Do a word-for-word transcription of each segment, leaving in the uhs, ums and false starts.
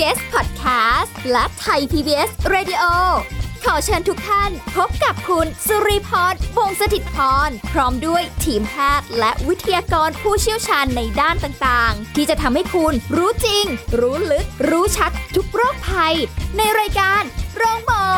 บี เอส Podcast และ Thai พี บี เอส Radio ขอเชิญทุกท่านพบกับคุณสุริพร วงศ์สถิตพรพร้อมด้วยทีมแพทย์และวิทยากรผู้เชี่ยวชาญในด้านต่างๆที่จะทำให้คุณรู้จริงรู้ลึกรู้ชัดทุกโรคภัยในรายการโรงหมอ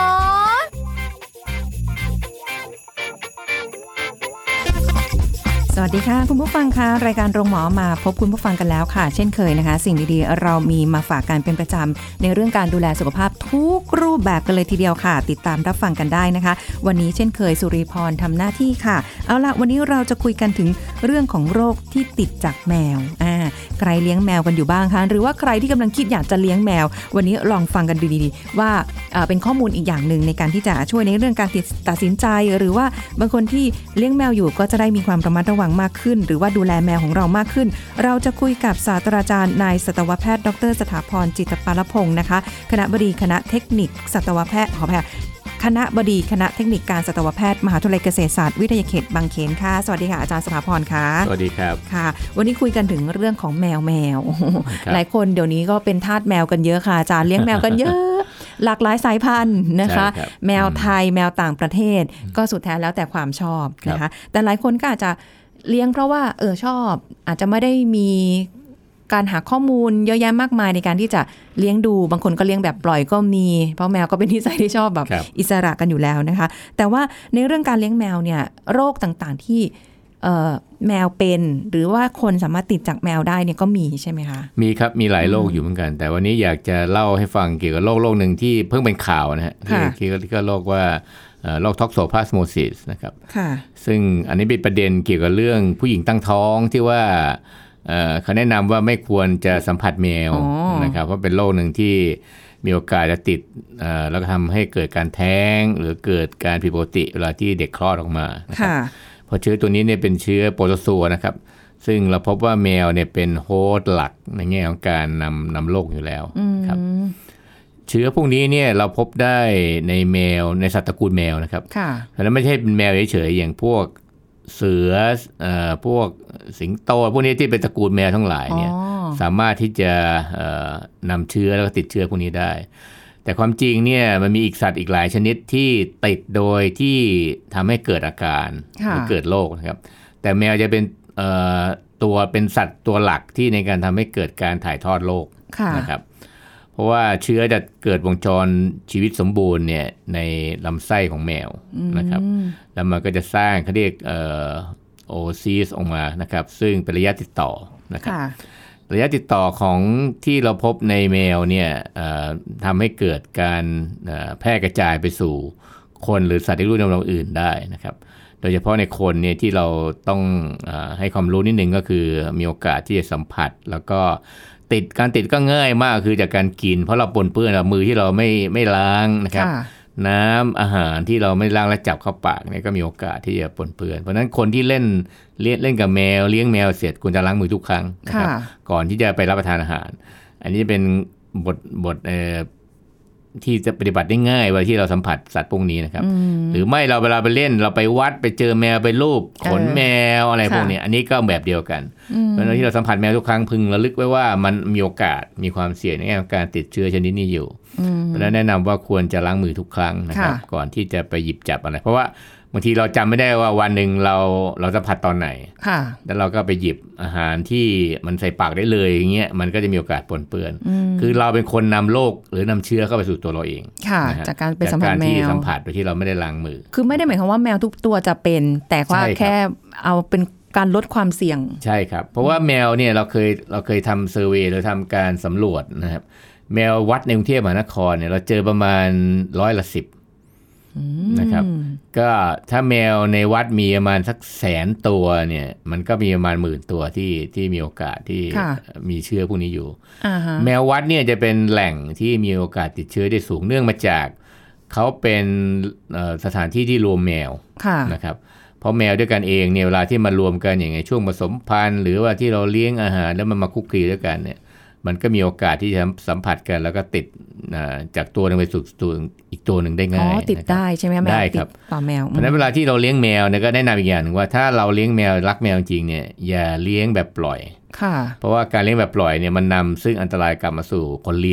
สวัสดีค่ะคุณผู้ฟังค่ะรายการโรงหมอมาพบคุณผู้ฟังกันแล้วค่ะเช่นเคยนะคะสิ่งดีๆเรามีมาฝากกันเป็นประจำในเรื่องการดูแลสุขภาพทุกรูปแบบกันเลยทีเดียวค่ะติดตามรับฟังกันได้นะคะวันนี้เช่นเคยสุริพรทำหน้าที่ค่ะเอาล่ะวันนี้เราจะคุยกันถึงเรื่องของโรคที่ติดจากแมวอ่าใครเลี้ยงแมวกันอยู่บ้างคะหรือว่าใครที่กำลังคิดอยากจะเลี้ยงแมววันนี้ลองฟังกันดูดีๆว่าเอ่อเป็นข้อมูลอีกอย่างนึงในการที่จะช่วยในเรื่องการตัดสินใจหรือว่าบางคนที่เลี้ยงแมวอยู่ก็จะได้มีความระมัดระวังมากขึ้นหรือว่าดูแลแมวของเรามากขึ้นเราจะคุยกับศาสตราจารย์นายสัตวแพทย์ดร.สถาพรจิตปาลพงศ์นะคะคณบดีคณะเทคนิคสัตวแพทย์ขออภัยคณบดีคณะเทคนิคการสัตวแพทย์มหาวิทยาลัยเกษตรศาสตร์วิทยาเขตบางเขนค่ะสวัสดีค่ะอาจารย์สถาพรค่ะสวัสดีครับค่ะวันนี้คุยกันถึงเรื่องของแมวแมวหลายคนเดี๋ยวนี้ก็เป็นทาสแมวกันเยอะค่ะอาจารย์เลี้ยงแมวกันเยอะหลากหลายสายพันธุ์นะคะแมวไทยแมวต่างประเทศก็สุดแท้แล้วแต่ความชอบนะคะแต่หลายคนก็อาจจะเลี้ยงเพราะว่าเออชอบอาจจะไม่ได้มีการหาข้อมูลเยอะแยะมากมายในการที่จะเลี้ยงดูบางคนก็เลี้ยงแบบปล่อยก็มีเพราะแมวก็เป็นนิสัยที่ชอบแบบอิสระกันอยู่แล้วนะคะแต่ว่าในเรื่องการเลี้ยงแมวเนี่ยโรคต่างๆที่แมวเป็นหรือว่าคนสามารถติดจากแมวได้เนี่ยก็มีใช่ไหมคะมีครับมีหลายโรคอยู่เหมือนกันแต่วันนี้อยากจะเล่าให้ฟังเกี่ยวกับโรคโรคหนึ่งที่เพิ่งเป็นข่าวนะฮะที่ที่ก็โรคว่าโรคท็อกโซพลาสโมซิสนะครับซึ่งอันนี้เป็นประเด็นเกี่ยวกับเรื่องผู้หญิงตั้งท้องที่ว่าเขาแนะนำว่าไม่ควรจะสัมผัสแมวนะครับเพราะเป็นโรคหนึ่งที่มีโอกาสจะติดแล้วก็ทำให้เกิดการแท้งหรือเกิดการผิดปกติเวลาที่เด็กคลอดออกมาเพราะเชื้อตัวนี้เนี่ยเป็นเชื้อโปรโตซัวนะครับซึ่งเราพบว่าแมวเนี่ยเป็นโฮสต์หลักในแง่ของการนำนำโรคอยู่แล้วครับเชื้อพวกนี้เนี่ยเราพบได้ในแมวในสัตว์ตระกูลแมวนะครับเพราะฉะนั้นไม่ใช่เป็นแมวเฉยๆอย่างพวกเสือเอ่อพวกสิงโตพวกนี้ที่เป็นตระกูลแมวทั้งหลายเนี่ยสามารถที่จะเอ่อนำเชื้อแล้วก็ติดเชื้อพวกนี้ได้แต่ความจริงเนี่ยมันมีอีกสัตว์อีกหลายชนิดที่ติดโดยที่ทำให้เกิดอาการหรือเกิดโรคนะครับแต่แมวจะเป็นเอ่อตัวเป็นสัตว์ตัวหลักที่ในการทำให้เกิดการถ่ายทอดโรคนะครับเพราะว่าเชื้อจะเกิดวงจรชีวิตสมบูรณ์เนี่ยในลำไส้ของแมวนะครับแล้วมันก็จะสร้างเขาเรียกเอ่อโอซีสออกมานะครับซึ่งเป็นระยะติดต่อนะครับระยะติดต่อของที่เราพบในแมวเนี่ยทำให้เกิดการแพร่กระจายไปสู่คนหรือสัตว์ที่รู้ในโรคอื่นได้นะครับโดยเฉพาะในคนเนี่ยที่เราต้องให้ความรู้นิดนึงก็คือมีโอกาสที่จะสัมผัสแล้วก็ติดการติดก็ง่ายมากคือจากการกินเพราะเราปนเปื้อนมือที่เราไม่ไม่ล้างนะครับน้ำอาหารที่เราไม่ล้างและจับเข้าปากเนี่ยก็มีโอกาสที่จะปนเปื้อนเพราะฉะนั้นคนที่เล่นเล่นเล่นกับแมวเลี้ยงแมวเสร็จควรจะล้างมือทุกครั้งนะครับก่อนที่จะไปรับประทานอาหารอันนี้เป็นบทบทเอ่อที่จะปฏิบัติได้ง่ายเวลาที่เราสัมผัสสัตว์พวกนี้นะครับหรือไม่เราเวลาไปเล่นเราไปวัดไปเจอแมวไปลูบขนแมวอะไรพวกนี้อันนี้ก็แบบเดียวกันเพราะฉะนั้นที่เราสัมผัสแมวทุกครั้งพึงระลึกไว้ว่ามันมีโอกาสมีความเสี่ยงในการติดเชื้อชนิดนี้อยู่เพราะฉะนั้นแนะนำว่าควรจะล้างมือทุกครั้งนะครับก่อนที่จะไปหยิบจับอะไรเพราะว่าบางทีเราจำไม่ได้ว่าวันหนึ่งเราเราสัมผัสตอนไหนแล้วเราก็ไปหยิบอาหารที่มันใส่ปากได้เลยอย่างเงี้ยมันก็จะมีโอกาสปนเปื้อนคือเราเป็นคนนำโรคหรือนำเชื้อเข้าไปสู่ตัวเราเองจากการเป็นสัมผัสแมวที่สัมผัสโดยที่เราไม่ได้ล้างมือคือไม่ได้หมายความว่าแมวทุกตัวจะเป็นแต่ว่าแค่เอาเป็นการลดความเสี่ยงใช่ครับเพราะว่าแมวเนี่ยเราเคยเราเคยทำเซอร์เวย์หรือทำการสำรวจนะครับแมววัดในกรุงเทพมหานครเนี่ยเราเจอประมาณร้อยละสิบนะครับก็ถ้าแมวในวัดมีประมาณสักแสนตัวเนี่ยมันก็มีประมาณหมื่นตัวที่ที่มีโอกาสที่มีเชื้อพวกนี้อยู่แมววัดเนี่ยจะเป็นแหล่งที่มีโอกาสติดเชื้อได้สูงเนื่องมาจากเขาเป็นสถานที่ที่รวมแมวนะครับเพราะแมวด้วยกันเองเนี่ยเวลาที่มารวมกันอย่างไงช่วงผสมพันธุ์หรือว่าที่เราเลี้ยงอาหารแล้วมันมาคุกคีด้วยกันเนี่ยมันก็มีโอกาสที่จะสัมผัสกันแล้วก็ติดจากตัวนึงไปสู่ตัวอีกตัวหนึ่งได้ง่ายอ๋อติดได้ใช่ไหมแมวได้ครับต่อแมวเพราะฉะนั้นเวลาที่เราเลี้ยงแมวเนี่ยก็แนะนำอีกอย่างหนึ่งว่าถ้าเราเลี้ยงแมวรักแมวจริงเนี่ยอย่าเลี้ยงแบบปล่อยเพราะว่าการเลี้ยงแบบปล่อยเนี่ยมันนำซึ่งอันตรายกลับมาสู่คนเลี้ยง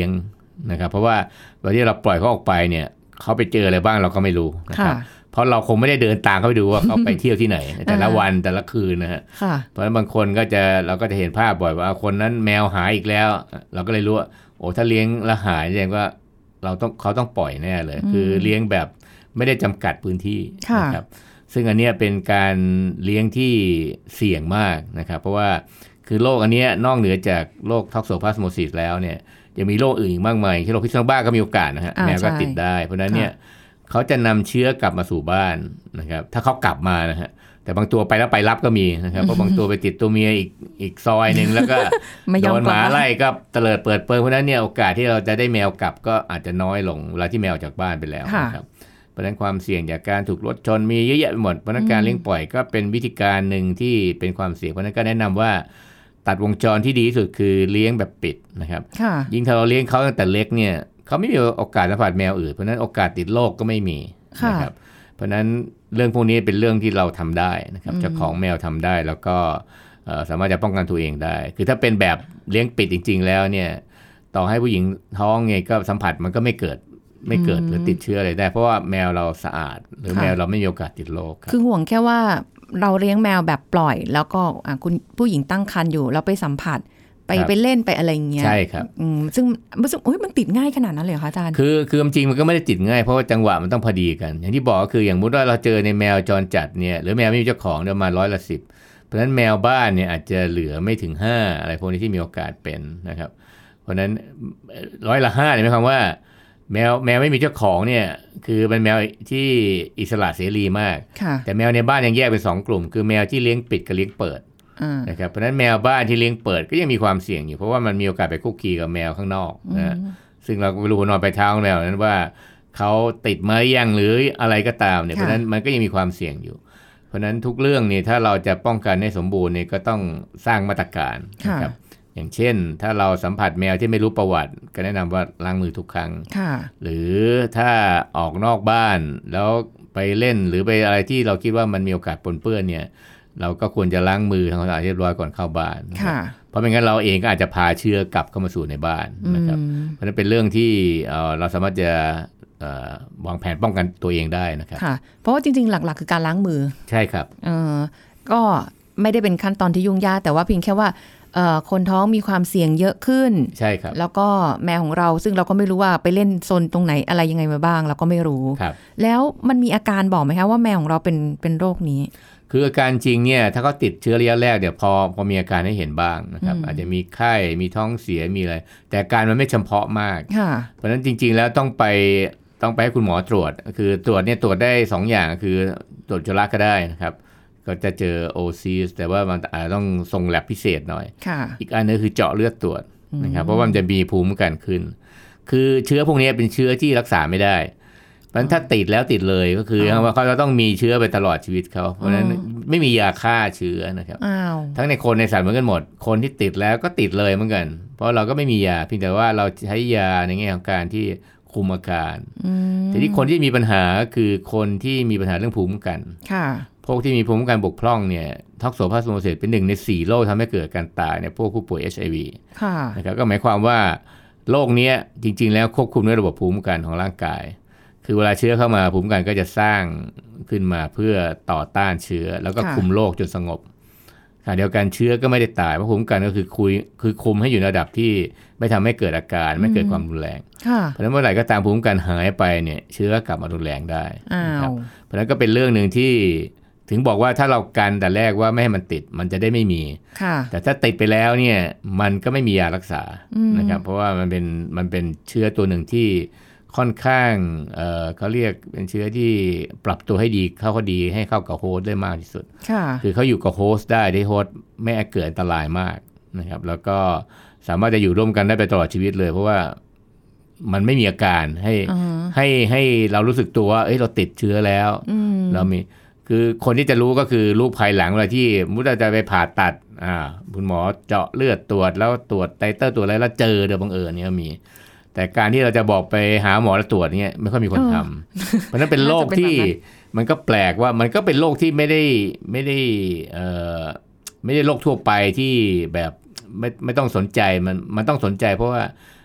นะครับเพราะว่าเวลาที่เราปล่อยเขาออกไปเนี่ยเขาไปเจออะไรบ้างเราก็ไม่รู้นะครับเพราะเราคงไม่ได้เดินตามเขาไปดูว่าเขาไปเที่ยวที่ไหนแต่ละวันแต่ละคืนนะฮะเพราะฉะนั้นบางคนก็จะเราก็จะเห็นภาพบ่อยว่าคนนั้นแมวหายอีกแล้วเราก็เลยรู้ว่าโอ้ถ้าเลี้ยงแล้วหายแสดงว่าเราต้องเขาต้องปล่อยแน่เลยคือเลี้ยงแบบไม่ได้จำกัดพื้นที่นะครับซึ่งอันนี้เป็นการเลี้ยงที่เสี่ยงมากนะครับเพราะว่าคือโรคอันนี้นอกเหนือจากโรคท็อกโซพลาสโมซิสแล้วเนี่ยยังมีโรคอื่นอีกมากมายที่โรคพิษสุนัขบ้าก็มีโอกาสนะฮะแมวก็ติดได้เพราะฉะนั้นเนี่ยเขาจะนำเชื้อกลับมาสู่บ้านนะครับถ้าเขากลับมานะฮะแต่บางตัวไปแล้วไปรับก็มีนะครับเพราะบางตัวไปติดตัวเมียอีกอีกซอยนึงแล้วก็โดนหมาไล่ก็เตลิดเปิดเปิงเพราะฉะนั้นเนี่ยโอกาสที่เราจะได้แมวกลับก็อาจจะน้อยลงเวลาที่แมวจากบ้านไปแล้วนะครับเพราะฉะนั้นความเสี่ยงจากการถูกรถชนมีเยอะแยะไปหมดเพราะฉะนั้นการเลี้ยงปล่อยก็เป็นวิธีการหนึ่งที่เป็นความเสี่ยงเพราะฉะนั้นก็แนะนำว่าตัดวงจรที่ดีที่สุดคือเลี้ยงแบบปิดนะครับยิ่งถ้าเราเลี้ยงเขาตั้งแต่เล็กเนี่ยเขาไม่มีโอกาสสัมผัสแมวอื่นเพราะฉะนั้นโอกาสติดโรคก็ไม่มีนะครับเพราะฉะนั้นเรื่องพวกนี้เป็นเรื่องที่เราทำได้นะครับเจ้าของแมวทำได้แล้วก็สามารถจะป้องกันตัวเองได้คือถ้าเป็นแบบเลี้ยงปิดจริงๆแล้วเนี่ยต่อให้ผู้หญิงท้องไงก็สัมผัสมันก็ไม่เกิดไม่เกิดหรือติดเชื้ออะไรได้เพราะว่าแมวเราสะอาดหรือแมวเราไม่มีโอกาสติดโรคคือห่วงแค่ว่าเราเลี้ยงแมวแบบปล่อยแล้วก็คุณผู้หญิงตั้งครรภ์อยู่แล้วไปสัมผัสไปไปเล่นไปอะไรอย่างเงี้ยใช่ครับซึ่งซึ่งมันติดง่ายขนาดนั้นเลยเหรอคะอาจารย์คือคือจริงมันก็ไม่ได้ติดง่ายเพราะว่าจังหวะมันต้องพอดีกันอย่างที่บอกก็คืออย่างมุติว่าเราเจอในแมวจรจัดเนี่ยหรือแมวไม่มีเจ้าของเดี๋ยวมาร้อยละสิบเพราะฉะนั้นแมวบ้านเนี่ยอาจจะเหลือไม่ถึงห้าอะไรพวกนี้ที่มีโอกาสเป็นนะครับเพราะฉะนั้นร้อยละห้าเนี่ยหมายความว่าแมวแมวไม่มีเจ้าของเนี่ยคือเป็นแมวที่อิสระเสรีมากแต่แมวในบ้านยังแยกเป็นสองกลุ่มคือแมวที่เลี้ยงปิดกับเลี้ยงเปิดนะครับเพราะฉะนั้นแมวบ้านที่เลี้ยงเปิดก็ยังมีความเสี่ยงอยู่เพราะว่ามันมีโอกาสไปคุกคีกับแมวข้างนอกนะซึ่งเราไม่รู้นอนไปเท้าแมวนั้นว่าเขาติดมาหรือยังหรืออะไรก็ตามเนี่ยเพราะฉะนั้นมันก็ยังมีความเสี่ยงอยู่เพราะฉะนั้นทุกเรื่องนี่ถ้าเราจะป้องกันให้สมบูรณ์เนี่ยก็ต้องสร้างมาตรการนะครับอย่างเช่นถ้าเราสัมผัสแมวที่ไม่รู้ประวัติก็แนะนำว่าล้างมือทุกครั้งหรือถ้าออกนอกบ้านแล้วไปเล่นหรือไปอะไรที่เราคิดว่ามันมีโอกาสปนเปื้อนเนี่ยเราก็ควรจะล้างมือทำความสะอาดเรียบร้อยก่อนเข้าบ้านเพราะไม่งั้นเราเองก็อาจจะพาเชื้อกลับเข้ามาสู่ในบ้านนะครับเพราะนั้นเป็นเรื่องที่เราสามารถจะวางแผนป้องกันตัวเองได้นะครับเพราะว่าจริงๆหลักๆคือการล้างมือใช่ครับก็ไม่ได้เป็นขั้นตอนที่ยุ่งยากแต่ว่าเพียงแค่ว่าคนท้องมีความเสี่ยงเยอะขึ้นใช่ครับแล้วก็แมวของเราซึ่งเราก็ไม่รู้ว่าไปเล่นโซนตรงไหนอะไรยังไงมาบ้างเราก็ไม่รู้แล้วมันมีอาการบอกไหมคะว่าแมวของเราเป็นเป็นโรคนี้คืออาการจริงเนี่ยถ้าเขาติดเชื้อระยะแรกเดี๋ยวพอพอมีอาการให้เห็นบ้างนะครับอาจจะมีไข้มีท้องเสียมีอะไรแต่อาการมันไม่เฉพาะมากเพราะฉะนั้นจริงๆแล้วต้องไปต้องไปให้คุณหมอตรวจคือตรวจเนี่ยตรวจได้สองอย่างคือตรวจอุจจาระก็ได้นะครับก็จะเจอ โอ ซี แต่ว่ามันอาจจะต้องส่งแลบพิเศษหน่อยอีกอันนึงคือเจาะเลือดตรวจนะครับเพราะว่ามันจะมีภูมิคุ้มกันขึ้นคือเชื้อพวกนี้เป็นเชื้อที่รักษาไม่ได้เพราะฉะนั้นถ้าติดแล้วติดเลยก็คือว่าเขาจะต้องมีเชื้อไปตลอดชีวิตเขาเพราะฉะนั้นไม่มียาฆ่าเชื้อนะครับทั้งในคนในสัตว์เหมือนกันหมดคนที่ติดแล้วก็ติดเลยเหมือนกันเพราะเราก็ไม่มียาเพียงแต่ว่าเราใช้ยาในแง่ของการที่คุมอาการทีนี้คนที่มีปัญหาคือคนที่มีปัญหาเรื่องภูมิคุ้มกันพวกที่มีภูมิคุ้มกันบกพร่องเนี่ยท็อกโซพลาสโมซิสเป็นหนึ่งในสี่โรคทำให้เกิดการตายในพวกผู้ป่วย เอช ไอ วี นะครับก็หมายความว่าโรคนี้จริงๆแล้วควบคุมด้วยระบบภูมิคุ้มกันของร่างกายคือเวลาเชื้อเข้ามาภูมิคุ้มกันก็จะสร้างขึ้นมาเพื่อต่อต้านเชื้อแล้วก็คุมโรคจนสงบขณะเดียวกันเชื้อก็ไม่ได้ตายเพราะภูมิคุ้มกันก็คือคุยคือคุมให้อยู่ในระดับที่ไม่ทำให้เกิดอาการไม่เกิดความรุนแรงเพราะฉะนั้นเมื่อไหร่ก็ตามภูมิคุ้มกันหายไปเนี่ยเชื้อกลับมารุนแรงได้นะครับเพราะฉะนั้นก็เป็นเรื่องนึงที่ถึงบอกว่าถ้าเรากันแต่แรกว่าไม่ให้มันติดมันจะได้ไม่มีแต่ถ้าติดไปแล้วเนี่ยมันก็ไม่มียารักษานะครับเพราะว่ามันเป็นมันเป็นเชื้อตัวหนึ่งที่ค่อนข้างเอ่อเขาเรียกเป็นเชื้อที่ปรับตัวให้ดีเข้าก็ดีให้เข้ากับโฮสต์ได้มากที่สุดคือเขาอยู่กับโฮสต์ได้ได้โฮสต์ไม่เกิดอันตรายมากนะครับแล้วก็สามารถจะอยู่ร่วมกันได้ไปตลอดชีวิตเลยเพราะว่ามันไม่มีอาการให้ให้ให้เรารู้สึกตัวว่าเอ้ยเราติดเชื้อแล้วเรามีคือคนที่จะรู้ก็คือรู้ภายหลังเวลาที่มุดจะไปผ่าตัดอ่าคุณหมอเจาะเลือดตรวจแล้วตรวจไตเตอร์ตรวจอะไรแล้วเจอโดยบังเอิญเนี่ยมีแต่การที่เราจะบอกไปหาหมอแล้วตรวจเนี่ยไม่ค่อยมีคนทำเพราะนั้นเป็นโรคที่มันก็แปลกว่ามันก็เป็นโรคที่ไม่ได้ไม่ได้เอ่อไม่ได้โรคทั่วไปที่แบบไม่ไม่ต้องสนใจมันมันต้องสนใจเพราะว่า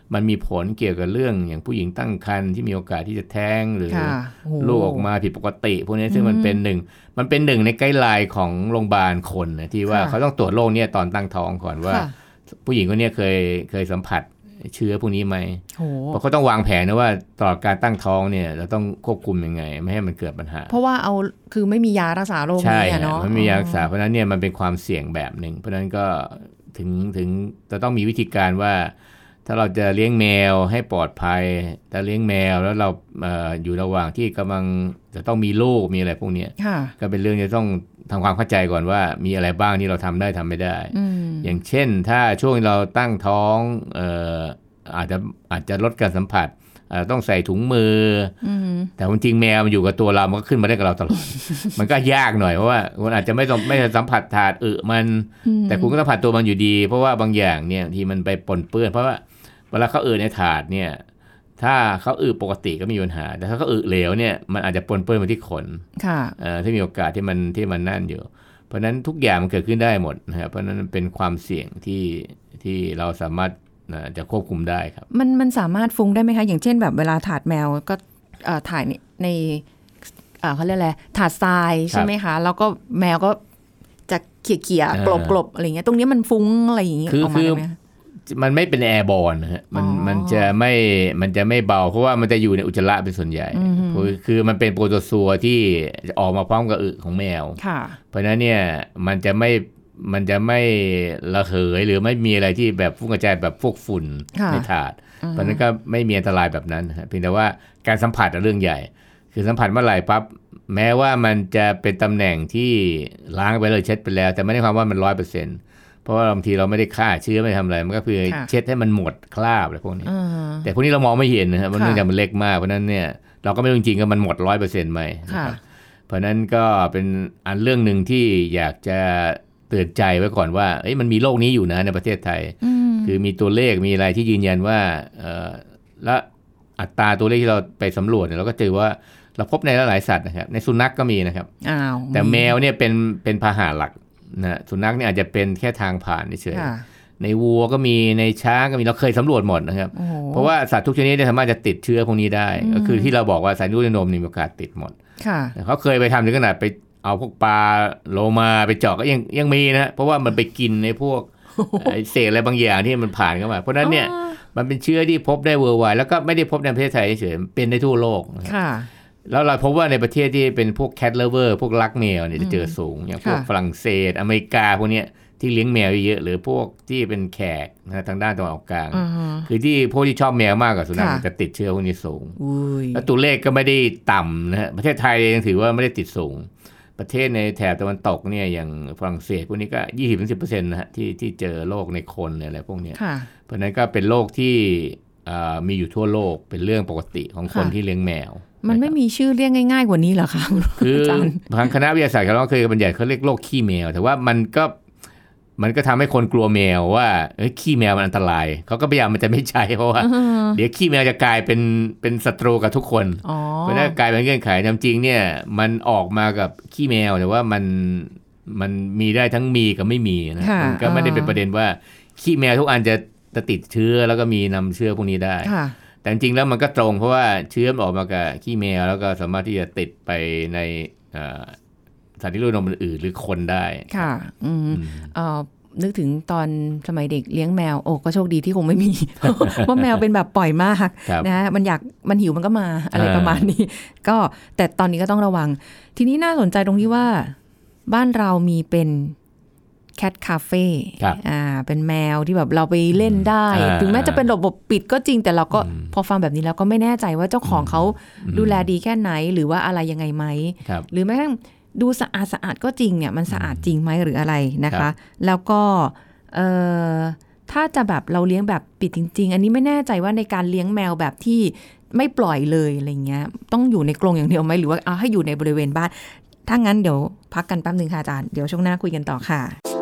มันมีผลเกี่ยวกับเรื่องอย่างผู้หญิงตั้งครรภ์ที่มีโอกาสที่จะแท้งหรือลูกออกมาผิดปกติพวกนี้ซึ่งมันเป็นหนึ่งมันเป็นหนึ่งในไกด์ไลน์ของโรงพยาบาลคนนะที่ว่าเขาต้องตรวจโรคนี้ตอนตั้งท้องก่อนว่าผู้หญิงคนนี้เคยเคยสัมผัสเชื้อพวกนี้ไหมเพราะเขาต้องวางแผนนะว่าตลอดการตั้งท้องเนี่ยเราต้องควบคุมยังไงไม่ให้มันเกิดปัญหาเพราะว่าเอาคือไม่มียารักษาโรคนี้เนาะมันไม่มียารักษาเพราะนั้นเนี่ยมันเป็นความเสี่ยงแบบหนึ่งเพราะนั้นก็ถึงถึงจะต้องมีวิธีการว่าถ้าเราจะเลี้ยงแมวให้ปลอดภัยถ้าเลี้ยงแมวแล้วเราเอ่ออยู่ระหว่างที่กำลังจะต้องมีลูกมีอะไรพวกนี้ก็เป็นเรื่องที่ต้องทำความเข้าใจก่อนว่ามีอะไรบ้างที่เราทำได้ทำไม่ได้อย่างเช่นถ้าช่วงเราตั้งท้องเอ่ออาจจะอาจจะลดการสัมผัสต้องใส่ถุงมือแต่จริงๆแมวมันอยู่กับตัวเรามันก็ขึ้นมาได้กับเราตลอด มันก็ยากหน่อยเพราะว่าคุณอาจจะไม่ต้องไม่สัมผัสถาดอึมันแต่คุณก็สัมผัสตัวมันอยู่ดีเพราะว่าบางอย่างเนี่ยที่มันไปปนเปื้อนเพราะว่าเวลาเขาอึในถาดเนี่ยถ้าเขาอึปกติก็มีปัญหาแต่ถ้าเขาอึเหลวเนี่ยมันอาจจะปนเปื้อนมาที่ขนที่มีโอกาสที่มันที่มันนั่นอยู่เพราะนั้นทุกอย่างมันเกิดขึ้นได้หมดนะครับเพราะนั้นเป็นความเสี่ยงที่ที่เราสามารถจะควบคุมได้ครับมันมันสามารถฟุ้งได้ไหมคะอย่างเช่นแบบเวลาถาดแมวก็ถ่ายในเขาเรียกอะไรถาดทรายใช่ไหมคะแล้วก็แมวก็จะเขี่ยๆกลบๆอะไรเงี้ยตรงนี้มันฟุ้งอะไรอย่างเงี้ยออกมาได้ไหมมันไม่เป็นแอร์บอร์นนะฮะมันมันจะไม่มันจะไม่เบาเพราะว่ามันจะอยู่ในอุจจาระเป็นส่วนใหญ่คือมันเป็นโปรโตซัวที่ออกมาพร้อมกับอึของแมวเพราะนั้นเนี่ยมันจะไม่มันจะไม่ระเหยหรือไม่มีอะไรที่แบบฟุ้งกระจายแบบพวกฝุ่นในถาดเพราะนั้นก็ไม่มีอันตรายแบบนั้นเพียงแต่ว่าการสัมผัสเป็นเรื่องใหญ่คือสัมผัสเมื่อไหร่ปั๊บแม้ว่ามันจะเป็นตำแหน่งที่ล้างไปเลยเช็ดไปแล้วแต่ไม่ได้ความว่ามันร้อยเปอร์เซ็นต์เพราะว่าบางทีเราไม่ได้ฆ่าเชื้อไม่ทำอะไรมันก็คือเช็ดให้มันหมดคราบอะไรพวกนี้แต่พวกนี้เรามองไม่เห็นนะครับมันเนื่องจากมันเล็กมากเพราะนั้นเนี่ยเราก็ไม่รู้จริงๆว่ามันหมดร้อยเปอร์เซ็นต์ไหมเพราะนั้นก็เป็นอันเรื่องหนึ่งที่อยากจะเตือนใจไว้ก่อนว่าเอ้ยมันมีโรคนี้อยู่นะในประเทศไทยคือมีตัวเลขมีอะไรที่ยืนยันว่าและอัตราตัวเลขที่เราไปสำรวจเนี่ยเราก็เจอว่าเราพบในหลายสัตว์นะครับในสุนัข ก, ก็มีนะครับแต่แมวเนี่ยเป็นเป็นพาหะหลักนะสุนัขเนี่ยอาจจะเป็นแค่ทางผ่านเฉยๆในวัวก็มีในช้างก็มีเราเคยสำรวจหมดนะครับเพราะว่าสัตว์ทุกชนิดสามารถจะติดเชื้อพวกนี้ได้ก็คือที่เราบอกว่าสายลูกในนมมีโอกาสติดหมดเขาเคยไปทำถึงขนาดไปเอาพวกปลาโลมาไปเจาะก็ยังยังมีนะเพราะว่ามันไปกินในพวกเศษอะไรบางอย่างที่มันผ่านเข้ามาเพราะนั้นเนี่ยมันเป็นเชื้อที่พบได้เวิร์ลไวด์แล้วก็ไม่ได้พบในประเทศไทยเฉยๆเป็นในทั่วโลกแล้วเราพบว่าในประเทศที่เป็นพวกแคทเลเวอร์พวกรักแมวเนี่ยจะเจอสูงอย่างพวกฝรั่งเศสอเมริกาพวกนี้ที่เลี้ยงแมวเยอะหรือพวกที่เป็นแขกนะทางด้านตะวันออกกลางคือที่พวกที่ชอบแมวมากกว่าสุนัขจะติดเชื้อพวกนี้สูงแล้วตัวเลขก็ไม่ได้ต่ำนะฮะประเทศไทยยังถือว่าไม่ได้ติดสูงประเทศในแถบตะวันตกเนี่ยอย่างฝรั่งเศสพวกนี้ก็ ยี่สิบถึงสิบเปอร์เซ็นต์ นะฮะที่ที่เจอโรคในคนอะไรพวกนี้เพราะนั้นก็เป็นโรคที่มีอยู่ทั่วโลกเป็นเรื่องปกติของคนที่เลี้ยงแมวมันไม่มีชื่อเรียกง่ายๆกว่านี้เหรอคะคือทางคณะวิทยาศาสตร์เขาเคยบัญญัติเขาเรียกโรคขี้แมวแต่ว่ามันก็มันก็ทำให้คนกลัวแมวว่าเอ้ยขี้แมวมันอันตรายเขาก็พยายามมันจะไม่ใช้เพราะว่าเดี๋ยวขี้แมวจะกลายเป็นเป็นศัตรูกับทุกคนเพราะนั้นกลายเป็นเงื่อนไขจริงๆเนี่ยมันออกมากับขี้แมวแต่ว่ามันมันมีได้ทั้งมีกับไม่มีนะมันก็ไม่ได้เป็นประเด็นว่าขี้แมวทุกอันจะจะติดเชื้อแล้วก็มีนำเชื้อพวกนี้ได้แต่จริงๆแล้วมันก็ตรงเพราะว่าเชื้อออกมากับขี้แมวแล้วก็สามารถที่จะติดไปในสัตว์ที่ลูกนมอื่นหรือคนได้ค่ะอืมเอ่อนึกถึงตอนสมัยเด็กเลี้ยงแมวโอ้ก็โชคดีที่คงไม่มี เพราะแมวเป็นแบบปล่อยมากนะมันอยากมันหิวมันก็มาอะไรประมาณนี้ก็แต่ตอนนี้ก็ต้องระวังทีนี้น่าสนใจตรงที่ว่าบ้านเรามีเป็นแคทคาเฟ่อ่าเป็นแมวที่แบบเราไปเล่นได้ถึงแม้จะเป็นระบบปิดก็จริงแต่เราก็พอฟังแบบนี้แล้วก็ไม่แน่ใจว่าเจ้าของเขาดูแลดีแค่ไหนหรือว่าอะไรยังไงไหมหรือแม้กระทั่งดูสะอาดสะอาดก็จริงเนี่ยมันสะอาดจริงไหมหรืออะไรนะคะแล้วก็เอ่อถ้าจะแบบเราเลี้ยงแบบปิดจริงๆอันนี้ไม่แน่ใจว่าในการเลี้ยงแมวแบบที่ไม่ปล่อยเลยอะไรเงี้ยต้องอยู่ในกรงอย่างเดียวไหมหรือว่าเอาให้อยู่ในบริเวณบ้านถ้างั้นเดี๋ยวพักกันแป๊บนึงค่ะอาจารย์เดี๋ยวช่วงหน้าคุยกันต่อค่ะ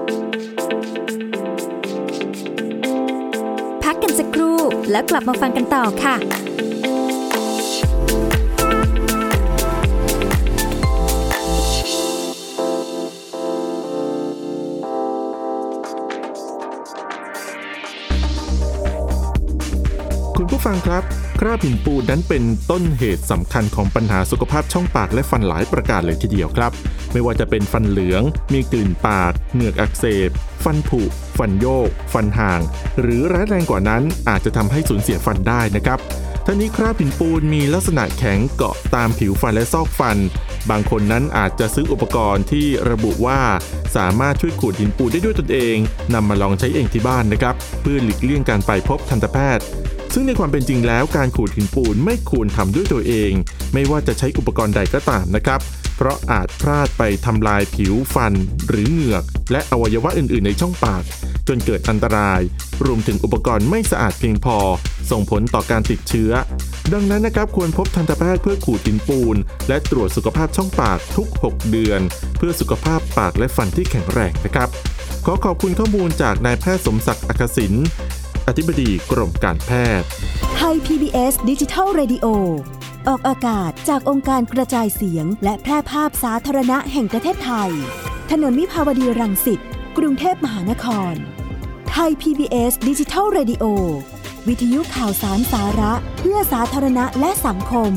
พักกันสักครู่แล้วกลับมาฟังกันต่อค่ะฟังครับคราบหินปูนนั้นเป็นต้นเหตุสำคัญของปัญหาสุขภาพช่องปากและฟันหลายประการเลยทีเดียวครับไม่ว่าจะเป็นฟันเหลืองมีกลิ่นปากเหงือกอักเสบฟันผุฟันโยกฟันห่างหรือร้ายแรงกว่านั้นอาจจะทำให้สูญเสียฟันได้นะครับทั้งนี้คราบหินปูนมีลักษณะแข็งเกาะตามผิวฟันและซอกฟันบางคนนั้นอาจจะซื้ออุปกรณ์ที่ระบุว่าสามารถช่วยขูดหินปูนได้ด้วยตนเองนำมาลองใช้เองที่บ้านนะครับเพื่อหลีกเลี่ยงการไปพบทันตแพทย์ซึ่งในความเป็นจริงแล้วการขูดหินปูนไม่ควรทำด้วยตัวเองไม่ว่าจะใช้อุปกรณ์ใดก็ตามนะครับเพราะอาจพลาดไปทำลายผิวฟันหรือเหงือกและอวัยวะอื่นๆในช่องปากจนเกิดอันตรายรวมถึงอุปกรณ์ไม่สะอาดเพียงพอส่งผลต่อการติดเชื้อดังนั้นนะครับควรพบทันตแพทย์เพื่อขูดหินปูนและตรวจสุขภาพช่องปากทุกหกเดือนเพื่อสุขภาพปากและฟันที่แข็งแรงนะครับขอขอบคุณข้อมูลจากนายแพทย์สมศักดิ์อักษิณอธิบดีกรมการแพทย์ไทย พี บี เอส Digital Radio ออกอากาศจากองค์การกระจายเสียงและแพร่ภาพสาธารณะแห่งประเทศไทยถนนวิภาวดีรังสิตกรุงเทพมหานครไทย พี บี เอส Digital Radio วิทยุข่าวสารสาระเพื่อสาธารณะและสังคม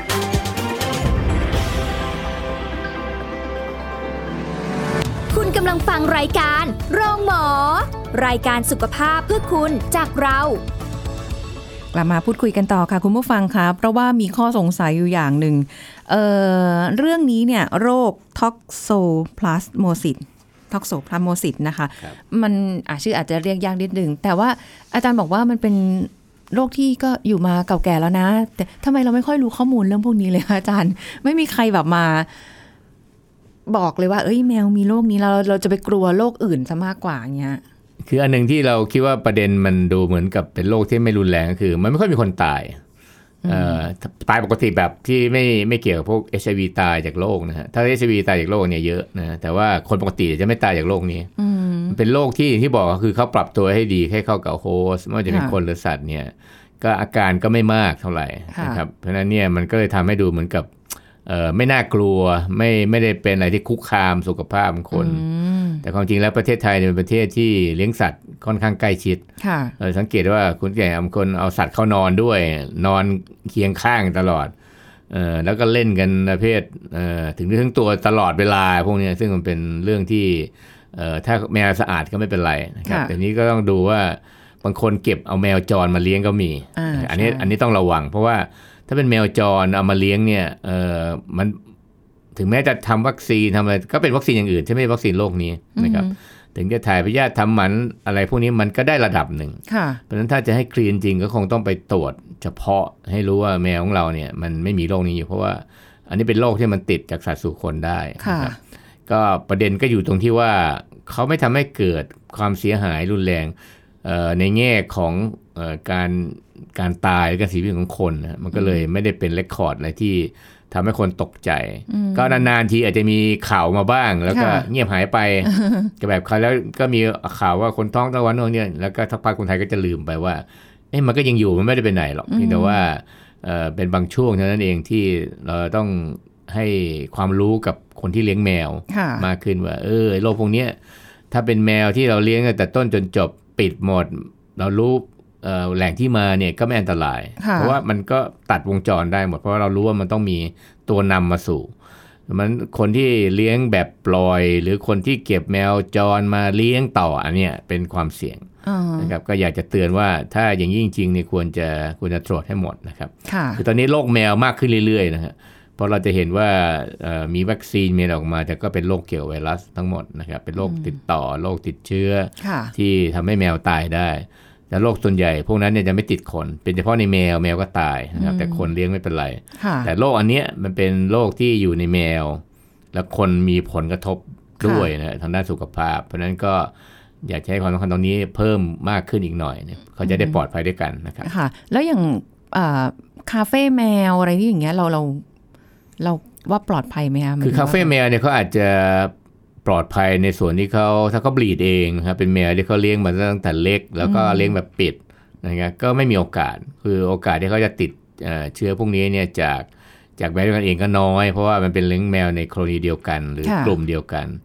คุณกำลังฟังรายการโรงหมอรายการสุขภาพเพื่อคุณจากเรากลับมาพูดคุยกันต่อค่ะคุณผู้ฟังคะเพราะว่ามีข้อสงสัยอยู่อย่างหนึ่ง เอ่อ เรื่องนี้เนี่ยโรคท็อกโซพลาสโมซิสท็อกโซพลาสโมซิสนะคะมันอ่ะชื่ออาจจะเรียกยากนิดนึงแต่ว่าอาจารย์บอกว่ามันเป็นโรคที่ก็อยู่มาเก่าแก่แล้วนะแต่ทำไมเราไม่ค่อยรู้ข้อมูลเรื่องพวกนี้เลยคะอาจารย์ไม่มีใครแบบมาบอกเลยว่าเอ้ยแมวมีโรคนี้เราเราจะไปกลัวโรคอื่นซะมากกว่าเงี้ยคืออันหนึ่งที่เราคิดว่าประเด็นมันดูเหมือนกับเป็นโรคที่ไม่รุนแรงก็คือมันไม่ค่อยมีคนตายตายปกติแบบที่ไม่ไม่เกี่ยวกับพวก เอช ไอ วี ตายจากโรคนะฮะถ้า เอช ไอ วี ตายจากโรคเนี่ยเยอะนะแต่ว่าคนปกติจะไม่ตายจากโรคนี้เป็นโรคที่ที่บอกก็คือเขาปรับตัวให้ดีให้เข้ากับโฮสต์ไม่ว่าจะเป็นคนหรือสัตว์เนี่ยก็อาการก็ไม่มากเท่าไหร่นะครับเพราะฉะนั้นเนี่ยมันก็เลยทำให้ดูเหมือนกับเอ่อไม่น่ากลัวไม่ไม่ได้เป็นอะไรที่คุกคามสุขภาพของคนแต่ความจริงแล้วประเทศไทยเนี่ยเป็นประเทศที่เลี้ยงสัตว์ค่อนข้างใกล้ชิดเออสังเกตว่าคุณแก่บางคนเอาสัตว์เข้านอนด้วยนอนเคียงข้างตลอดเออแล้วก็เล่นกันประเภทเอ่อถึงเรื่องตัวตลอดเวลาพวกนี้ซึ่งมันเป็นเรื่องที่เอ่อถ้าแมวสะอาดก็ไม่เป็นไรนะครับแต่นี้ก็ต้องดูว่าบางคนเก็บเอาแมวจรมาเลี้ยงก็มีอันนี้อันนี้ต้องระวังเพราะว่าถ้าเป็นแมวจรเอามาเลี้ยงเนี่ยเออมันถึงแม้จะทำวัคซีนทำอะไรก็เป็นวัคซีนอย่างอื่นที่ไม่ใช่วัคซีนโรคนี้นะครับถึงจะถ่ายพยาธิทำหมันอะไรพวกนี้มันก็ได้ระดับหนึ่งเพราะฉะนั้นถ้าจะให้คลีนจริงก็คงต้องไปตรวจเฉพาะให้รู้ว่าแมวของเราเนี่ยมันไม่มีโรคนี้อยู่เพราะว่าอันนี้เป็นโรคที่มันติดจากสัตว์สู่คนได้นะครับก็ประเด็นก็อยู่ตรงที่ว่าเขาไม่ทำให้เกิดความเสียหายรุนแรงในแง่ของการการตายหรือการเสียชีวิตของคนนะมันก็เลยไม่ได้เป็นเรคคอร์ดอะไรที่ทำให้คนตกใจก็นานๆทีอาจจะมีข่าวมาบ้างแล้วก็เงียบหายไปก็แบบเขาแล้วก็มีข่าวว่าคนท้องตะวันโน้นเนี่ยแล้วก็ทักพักคนไทยก็จะลืมไปว่าเอ๊ะมันก็ยังอยู่มันไม่ได้ไปไหนหรอกเพียงแต่ว่าเอ่อเป็นบางช่วงเท่านั้นเองที่เราต้องให้ความรู้กับคนที่เลี้ยงแมวมากขึ้นว่าเออโรคพวกนี้ถ้าเป็นแมวที่เราเลี้ยงแต่ต้นจนจบปิดหมดเรารู้แหล่งที่มาเนี่ยก็ไม่อันตรายเพราะว่ามันก็ตัดวงจรได้หมดเพราะเรารู้ว่ามันต้องมีตัวนำมาสู่มันคนที่เลี้ยงแบบปล่อยหรือคนที่เก็บแมวจรมาเลี้ยงต่ออันเนี้ยเป็นความเสี่ยงนะครับก็อยากจะเตือนว่าถ้าอย่างยิ่งจริงเนี่ยควรจะควรจะตรวจให้หมดนะครับคือตอนนี้โรคแมวมากขึ้นเรื่อยๆนะฮะเพราะเราจะเห็นว่ามีวัคซีนมีออกมาแต่ก็เป็นโรคเกี่ยวไวรัสทั้งหมดนะครับเป็นโรคติดต่อโรคติดเชื้อที่ทำให้แมวตายได้แต่โรคส่วนใหญ่พวกนั้นเนี่ยจะไม่ติดคนเป็นเฉพาะในแมวแมวก็ตายนะครับแต่คนเลี้ยงไม่เป็นไรแต่โรคอันเนี้ยมันเป็นโรคที่อยู่ในแมวแล้วคนมีผลกระทบด้วยนะทางด้านสุขภาพเพราะนั้นก็อยากให้ความสำคัญตรงนี้เพิ่มมากขึ้นอีกหน่อยเนี่ยเขาจะได้ปลอดภัยด้วยกันนะครับค่ะแล้วอย่างคาเฟ่แมวอะไรที่อย่างเงี้ยเราเราเราว่าปลอดภัยไหมคะคือคาเฟ่แมวเนี่ยเขาอาจจะปลอดภัยในส่วนที่เขาถ้าเขาบลีดเองนะครับเป็นแมวที่เขาเลี้ยงมาตั้งแต่เล็กแล้วก็เลี้ยงแบบปิดนะครับก็ไม่มีโอกาสคือโอกาสที่เขาจะติดเชื้อพวกนี้เนี่ยจากจากแมวด้วยกันเองก็น้อยเพราะว่ามันเป็นเลี้ยงแมวในโคลนีเดียวกันหรือกลุ่มเดียวกัน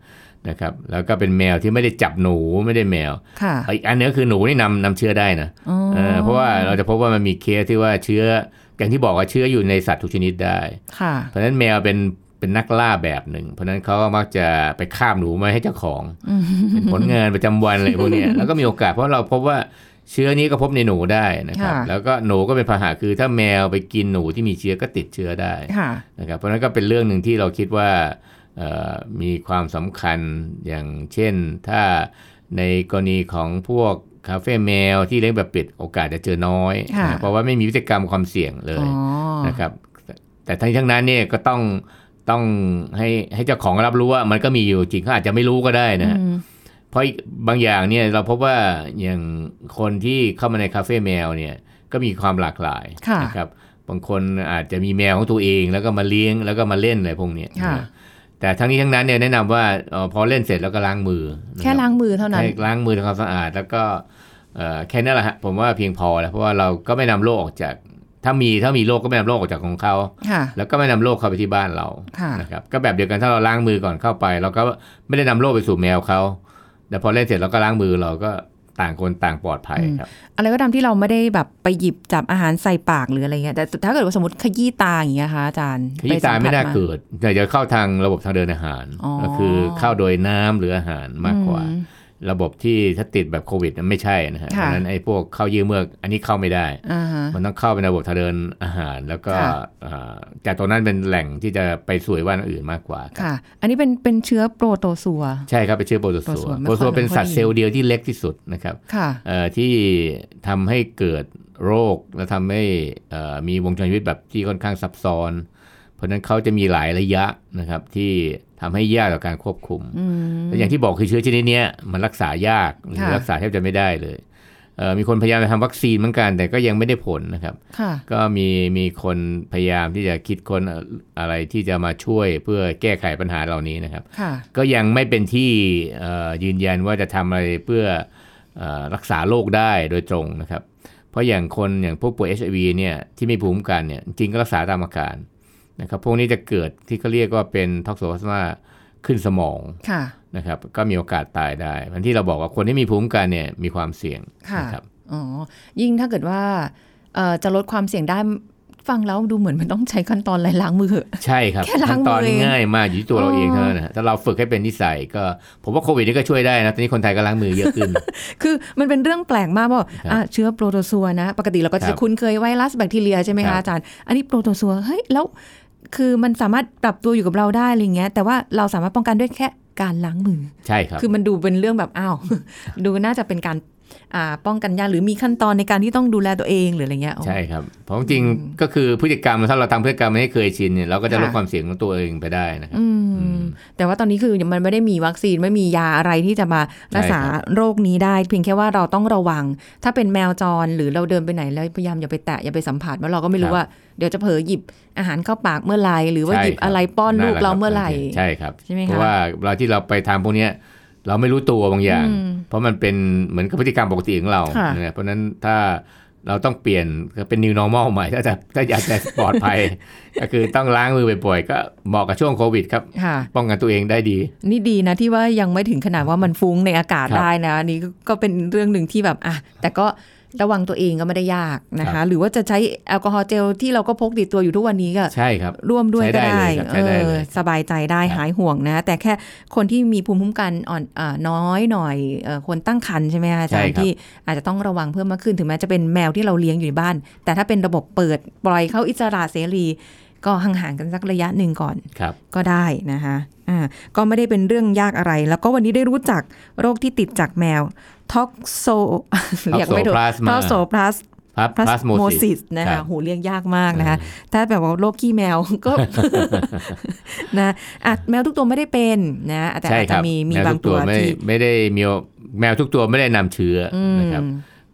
นะครับแล้วก็เป็นแมวที่ไม่ได้จับหนูไม่ได้แมวอีกอันนึงก็คือหนูนี่นำนำเชื้อได้นะเออเพราะว่าเราจะพบว่ามันมีเคสที่ว่าเชื้ออย่างที่บอกว่าเชื้ออยู่ในสัตว์ทุกชนิดได้เพราะฉะนั้นแมวเป็นเป็นนักล่าแบบหนึ่งเพราะฉะนั้นเขาก็มักจะไปคาบหนูมาให้เจ้าของเป็นผลงานประจำวันอะไรพวกนี้แล้วก็มีโอกาสเพราะเราพบว่าเชื้อนี้ก็พบในหนูได้นะครับแล้วก็หนูก็เป็นพาหะคือถ้าแมวไปกินหนูที่มีเชื้อก็ติดเชื้อได้นะครับเพราะฉะนั้นก็เป็นเรื่องหนึ่งที่เราคิดว่ามีความสำคัญอย่างเช่นถ้าในกรณีของพวกคาเฟ่แมวที่เลี้ยงแบบปิดโอกาสจะเจอน้อยนะเพราะว่าไม่มีพฤติกรรมความเสี่ยงเลยนะครับแต่ทั้งทั้งนั้นเนี่ยก็ต้องต้องให้ให้เจ้าของรับรู้ว่ามันก็มีอยู่จริงเขาอาจจะไม่รู้ก็ได้นะเพราะบางอย่างเนี่ยเราพบว่าอย่างคนที่เข้ามาในคาเฟ่แมวเนี่ยก็มีความหลากหลายนะครับบางคนอาจจะมีแมวของตัวเองแล้วก็มาเลี้ยงแล้วก็มาเล่นอะไรพวกนี้แต่ทั้งนี้ทั้งนั้นเนี่ยแนะนำว่าพอเล่นเสร็จแล้วก็ล้างมือแค่ล้างมือเท่านั้นล้างมือทำความสะอาดแล้วก็แค่นั้นแหละฮะผมว่าเพียงพอแล้วเพราะว่าเราก็ไม่นำโรคออกจากถ้ามีถ้ามีโรคก็ไม่นำโรคออกจากของเขาแล้วก็ไม่นำโรคเข้าไปที่บ้านเรานะครับก็แบบเดียวกันถ้าเราล้างมือก่อนเข้าไปเราก็ไม่ได้นำโรคไปสู่แมวเขาแต่พอเล่นเสร็จเราก็ล้างมือเราก็ต่างคนต่างปลอดภัยครับอะไรก็ตามที่เราไม่ได้แบบไปหยิบจับอาหารใส่ปากหรืออะไรเงี้ยแต่ถ้าเกิดว่าสมมติขยี้ตาอย่างเงี้ยคะอาจารย์ขยี้ตาไม่น่าเกิดแต่จะเข้าทางระบบทางเดินอาหารก็คือเข้าโดยน้ำหรืออาหารมากกว่าระบบที่ถ้าติดแบบโควิดไม่ใช่นะฮะเพราะฉะนั้นไอ้พวกเข้าเยื่อเมือกอันนี้เข้าไม่ได้มันต้องเข้าเป็นระบบทางเดินอาหารแล้วก็จากตรงนั้นเป็นแหล่งที่จะไปสู่ว่านอื่นมากกว่าค่ะอันนี้เป็นเป็นเชื้อโปรโตซัวใช่ครับเป็นเชื้อโปรโตซัวโปรโตซัวเป็นสัตว์เซลล์เดียวที่เล็กที่สุดนะครับที่ทำให้เกิดโรคและทำให้มีวงจรชีวิตแบบที่ค่อนข้างซับซ้อนเพราะฉะนั้นเขาจะมีหลายระยะนะครับที่ทำให้ยากต่อการควบคุมและอย่างที่บอกคือเชื้อชนิดนี้มันรักษายากหรือรักษาแทบจะไม่ได้เลยมีคนพยายามจะทำวัคซีนเหมือนกันแต่ก็ยังไม่ได้ผลนะครับก็มีมีคนพยายามที่จะคิดค้นอะไรที่จะมาช่วยเพื่อแก้ไขปัญหาเหล่านี้นะครับก็ยังไม่เป็นที่ยืนยันว่าจะทำอะไรเพื่อรักษาโรคได้โดยตรงนะครับเพราะอย่างคนอย่างพวกป่วย เอช ไอ วี เนี่ยที่มีภูมิคุ้มกันเนี่ยจริงก็รักษาตามอาการนะครับพวกนี้จะเกิดที่เขาเรียกว่าเป็นท็อกโซพลาสมาขึ้นสมองนะครับก็มีโอกาสตายได้เพราะที่เราบอกว่าคนที่มีภูมิคุ้มกันเนี่ยมีความเสี่ยงนะครับอ๋อยิ่งถ้าเกิดว่าจะลดความเสี่ยงได้ฟังแล้วดูเหมือนมันต้องใช้ขั้นตอนอะไรล้างมือใช่ครับขั้นตอนง่ายมากอยู่ที่ตัวเราเองเท่านั้นนะถ้าเราฝึกให้เป็นนิสัยก็ผมว่าโควิดนี่ก็ช่วยได้นะตอนนี้คนไทยก็ล้างมือเยอะขึ้นคือมันเป็นเรื่องแปลกมากเพราะเชื้อโปรโตซัวนะปกติเราก็จะคุ้นเคยไวรัสแบคทีเรียใช่ไหมคะอาจารย์อันนี้โปรโตซัวเฮ้ยแล้วคือมันสามารถปรับตัวอยู่กับเราได้อะไรเงี้ยแต่ว่าเราสามารถป้องกันด้วยแค่การล้างมือใช่ครับคือมันดูเป็นเรื่องแบบอ้าวดูน่าจะเป็นการป้องกันยาหรือมีขั้นตอนในการที่ต้องดูแลตัวเองหรืออะไรเงี้ยใช่ครับเพราะจริงก็คือพฤติกรรมถ้าเราทำพฤติกรรมให้เคยชินเนี่ยเราก็จะลดความเสี่ยงของตัวเองไปได้นะครับแต่ว่าตอนนี้คือมันไม่ได้มีวัคซีนไม่มียาอะไรที่จะมารักษาโรคนี้ได้เพียงแค่ว่าเราต้องระวังถ้าเป็นแมวจรหรือเราเดินไปไหนแล้วพยายามอย่าไปแตะอย่าไปสัมผัสเพราะเราก็ไม่รู้ว่าเดี๋ยวจะเผลอหยิบอาหารเข้าปากเมื่อไหร่หรือว่าหยิบอะไรป้อนลูกเราเมื่อไหร่ใช่ครับเพราะว่าเวลาที่เราไปทำพวกนี้เราไม่รู้ตัวบางอย่างเพราะมันเป็นเหมือนกับพฤติกรรมปกติของเราเพราะนั้นถ้าเราต้องเปลี่ยนเป็น new normal ใหม่ถ้าจะถ้าอยากจะปลอดภัย ก็คือต้องล้างมือบ่อยๆก็เหมาะกับช่วงโควิดครับป้องกันตัวเองได้ดีนี่ดีนะที่ว่ายังไม่ถึงขนาดว่ามันฟุ้งในอากาศได้นะอันนี้ก็เป็นเรื่องหนึ่งที่แบบอ่ะแต่ก็ระวังตัวเองก็ไม่ได้ยากนะคะหรือว่าจะใช้แอลกอฮอล์เจลที่เราก็พกติดตัวอยู่ทุกวันนี้ก็ใช่ครับร่วมด้วยก็ได้เออสบายใจได้หายห่วงนะแต่แค่คนที่มีภูมิคุ้มกันอ่อนอ่าน้อยหน่อยเอ่อคนตั้งครรภ์ใช่ไหมอาจารย์ที่อาจจะต้องระวังเพิ่มมากขึ้นถึงแม้จะเป็นแมวที่เราเลี้ยงอยู่ในบ้านแต่ถ้าเป็นระบบเปิดปล่อยเข้าอิสระเสรีก็ห่างๆกันสักระยะหนึ่งก่อนก็ได้นะคะอ่าก็ไม่ได้เป็นเรื่องยากอะไรแล้วก็วันนี้ได้รู้จักโรคที่ติดจากแมวท็อกโซเรียกไม่ถูกท็อกโซพลาสพลาสโมซิสนะคะโหเรียกยากมากนะคะถ้าแบบว่าโรคขี้แมวก็นะอ่ะแมวทุกตัวไม่ได้เป็นนะแต่อาจจะมีมีบางตัวที่ไม่ได้มีแมวทุกตัวไม่ได้นำเชื้อนะครับเ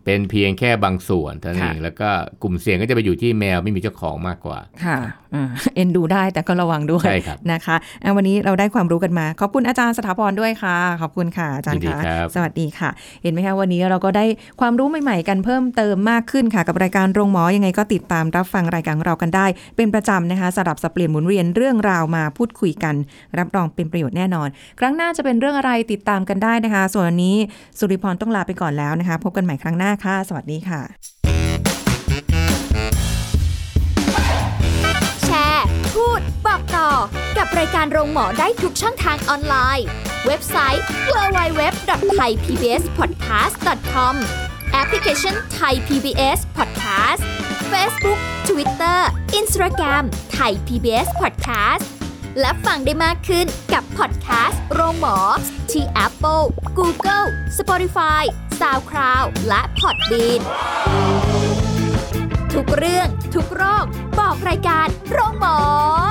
เป็นเพียงแค่บางส่วนเท่านั้นเองแล้วก็กลุ่มเสี่ยงก็จะไปอยู่ที่แมวไม่มีเจ้าของมากกว่าค่ะเอ็นดูได้แต่ก็ระวังด้วยนะคะวันนี้เราได้ความรู้กันมาขอบคุณอาจารย์สถาพรด้วยค่ะขอบคุณค่ะอาจารย์ค่ะสวัสดีค่ะเห็นไหมคะวันนี้เราก็ได้ความรู้ใหม่ๆกันเพิ่มเติมมากขึ้นค่ะกับรายการโรงหมอยังไงก็ติดตามรับฟังรายการของเรากันได้เป็นประจำนะคะสลับสับเปลี่ยนหมุนเวียนเรื่องราวมาพูดคุยกันรับรองเป็นประโยชน์แน่นอนครั้งหน้าจะเป็นเรื่องอะไรติดตามกันได้นะคะส่วนวันนี้สุริพรต้องลาไปก่อนแล้วนะคะพบกันใหม่ครั้งหน้าค่ะสวัสดีค่ะแชร์พูดบอกต่อกับรายการโรงหมอได้ทุกช่องทางออนไลน์เว็บไซต์ ดับเบิลยู ดับเบิลยู ดับเบิลยู ดอท ไทย พี บี เอส พอดแคสต์ ดอท คอม แอปพลิเคชัน Thai พี บี เอส Podcast Facebook Twitter Instagram Thai พี บี เอส Podcast และฟังได้มากขึ้นกับพอดแคสต์โรงหมอที่ Apple, Google, Spotify, SoundCloud และ Podbean ทุกเรื่องทุกโรคบอกรายการโรงหมอ